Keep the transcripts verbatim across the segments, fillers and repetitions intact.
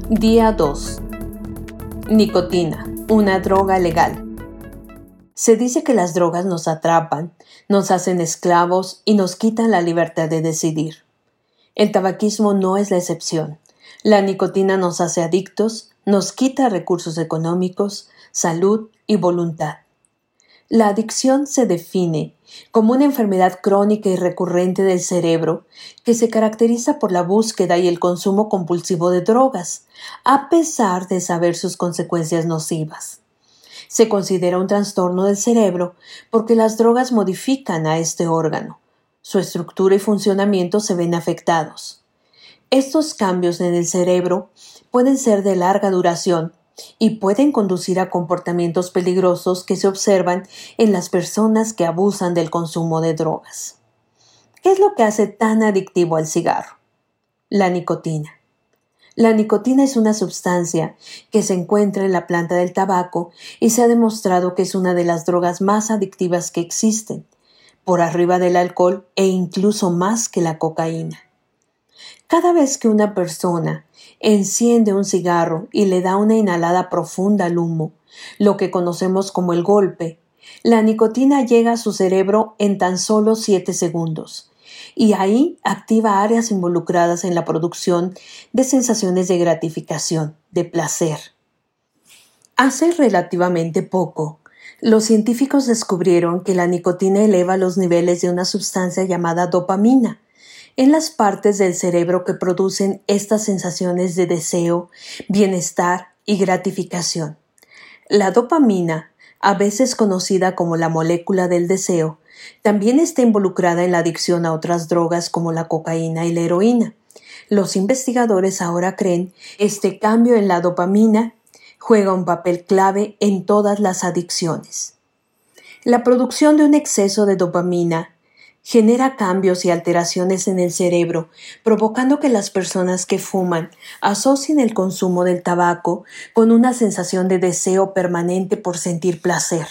Día dos. Nicotina, una droga legal. Se dice que las drogas nos atrapan, nos hacen esclavos y nos quitan la libertad de decidir. El tabaquismo no es la excepción. La nicotina nos hace adictos, nos quita recursos económicos, salud y voluntad. La adicción se define como una enfermedad crónica y recurrente del cerebro que se caracteriza por la búsqueda y el consumo compulsivo de drogas, a pesar de saber sus consecuencias nocivas. Se considera un trastorno del cerebro porque las drogas modifican a este órgano. Su estructura y funcionamiento se ven afectados. Estos cambios en el cerebro pueden ser de larga duración y pueden conducir a comportamientos peligrosos que se observan en las personas que abusan del consumo de drogas. ¿Qué es lo que hace tan adictivo al cigarro? La nicotina. La nicotina es una sustancia que se encuentra en la planta del tabaco y se ha demostrado que es una de las drogas más adictivas que existen, por arriba del alcohol e incluso más que la cocaína. Cada vez que una persona enciende un cigarro y le da una inhalada profunda al humo, lo que conocemos como el golpe, la nicotina llega a su cerebro en tan solo siete segundos y ahí activa áreas involucradas en la producción de sensaciones de gratificación, de placer. Hace relativamente poco, los científicos descubrieron que la nicotina eleva los niveles de una sustancia llamada dopamina en las partes del cerebro que producen estas sensaciones de deseo, bienestar y gratificación. La dopamina, a veces conocida como la molécula del deseo, también está involucrada en la adicción a otras drogas como la cocaína y la heroína. Los investigadores ahora creen que este cambio en la dopamina juega un papel clave en todas las adicciones. La producción de un exceso de dopamina genera cambios y alteraciones en el cerebro, provocando que las personas que fuman asocien el consumo del tabaco con una sensación de deseo permanente por sentir placer.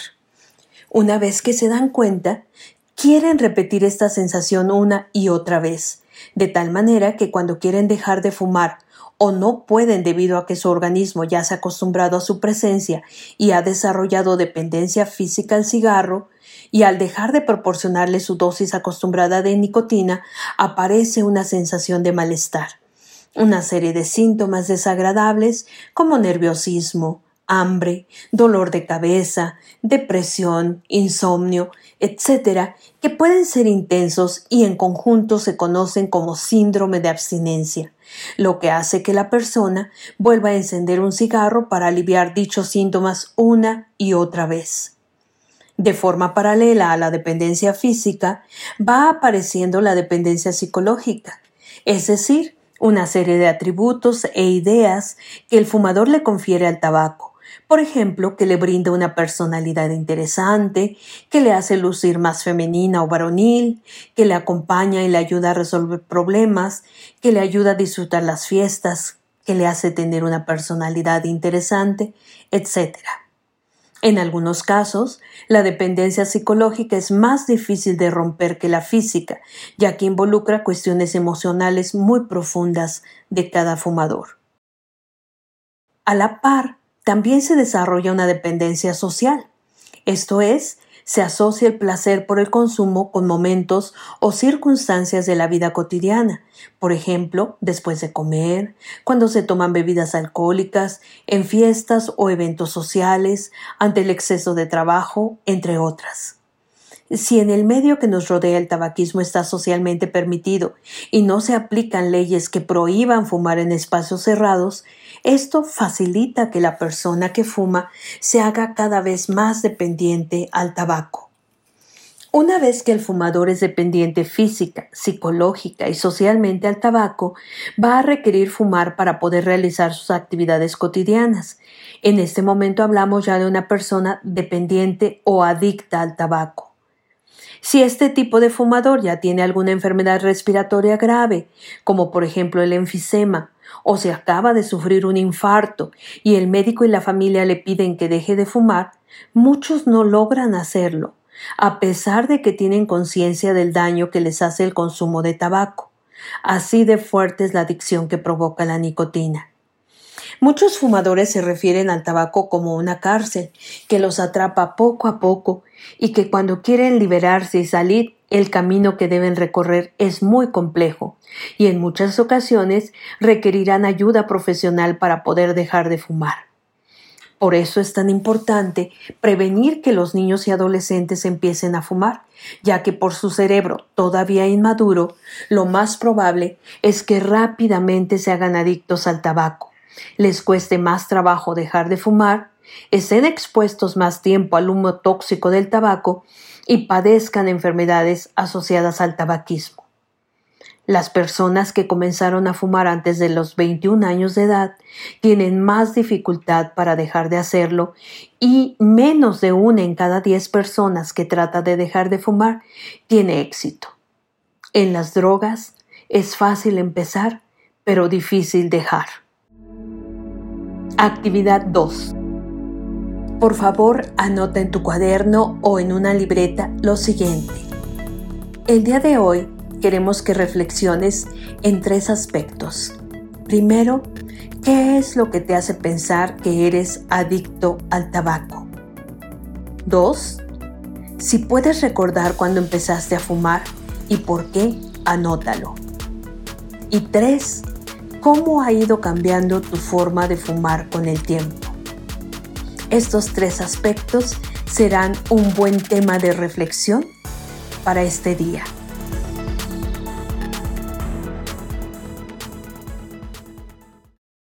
Una vez que se dan cuenta, quieren repetir esta sensación una y otra vez, de tal manera que cuando quieren dejar de fumar o no pueden debido a que su organismo ya se ha acostumbrado a su presencia y ha desarrollado dependencia física al cigarro, y al dejar de proporcionarle su dosis acostumbrada de nicotina, aparece una sensación de malestar, una serie de síntomas desagradables como nerviosismo, hambre, dolor de cabeza, depresión, insomnio, etcétera, que pueden ser intensos y en conjunto se conocen como síndrome de abstinencia, lo que hace que la persona vuelva a encender un cigarro para aliviar dichos síntomas una y otra vez. De forma paralela a la dependencia física, va apareciendo la dependencia psicológica, es decir, una serie de atributos e ideas que el fumador le confiere al tabaco. Por ejemplo, que le brinda una personalidad interesante, que le hace lucir más femenina o varonil, que le acompaña y le ayuda a resolver problemas, que le ayuda a disfrutar las fiestas, que le hace tener una personalidad interesante, etcétera. En algunos casos, la dependencia psicológica es más difícil de romper que la física, ya que involucra cuestiones emocionales muy profundas de cada fumador. A la par, también se desarrolla una dependencia social, esto es, se asocia el placer por el consumo con momentos o circunstancias de la vida cotidiana, por ejemplo, después de comer, cuando se toman bebidas alcohólicas, en fiestas o eventos sociales, ante el exceso de trabajo, entre otras. Si en el medio que nos rodea el tabaquismo está socialmente permitido y no se aplican leyes que prohíban fumar en espacios cerrados, esto facilita que la persona que fuma se haga cada vez más dependiente al tabaco. Una vez que el fumador es dependiente física, psicológica y socialmente al tabaco, va a requerir fumar para poder realizar sus actividades cotidianas. En este momento hablamos ya de una persona dependiente o adicta al tabaco. Si este tipo de fumador ya tiene alguna enfermedad respiratoria grave, como por ejemplo el enfisema, o se acaba de sufrir un infarto y el médico y la familia le piden que deje de fumar, muchos no logran hacerlo, a pesar de que tienen conciencia del daño que les hace el consumo de tabaco. Así de fuerte es la adicción que provoca la nicotina. Muchos fumadores se refieren al tabaco como una cárcel que los atrapa poco a poco y que cuando quieren liberarse y salir, el camino que deben recorrer es muy complejo y en muchas ocasiones requerirán ayuda profesional para poder dejar de fumar. Por eso es tan importante prevenir que los niños y adolescentes empiecen a fumar, ya que por su cerebro todavía inmaduro, lo más probable es que rápidamente se hagan adictos al tabaco, les cueste más trabajo dejar de fumar, estén expuestos más tiempo al humo tóxico del tabaco y padezcan enfermedades asociadas al tabaquismo. Las personas que comenzaron a fumar antes de los veintiún años de edad tienen más dificultad para dejar de hacerlo y menos de una en cada diez personas que trata de dejar de fumar tiene éxito. En las drogas es fácil empezar, pero difícil dejar. Actividad dos. Por favor, anota en tu cuaderno o en una libreta lo siguiente. El día de hoy queremos que reflexiones en tres aspectos. Primero, ¿qué es lo que te hace pensar que eres adicto al tabaco? Dos, si puedes recordar cuándo empezaste a fumar y por qué, anótalo. Y tres, ¿cómo ha ido cambiando tu forma de fumar con el tiempo? Estos tres aspectos serán un buen tema de reflexión para este día.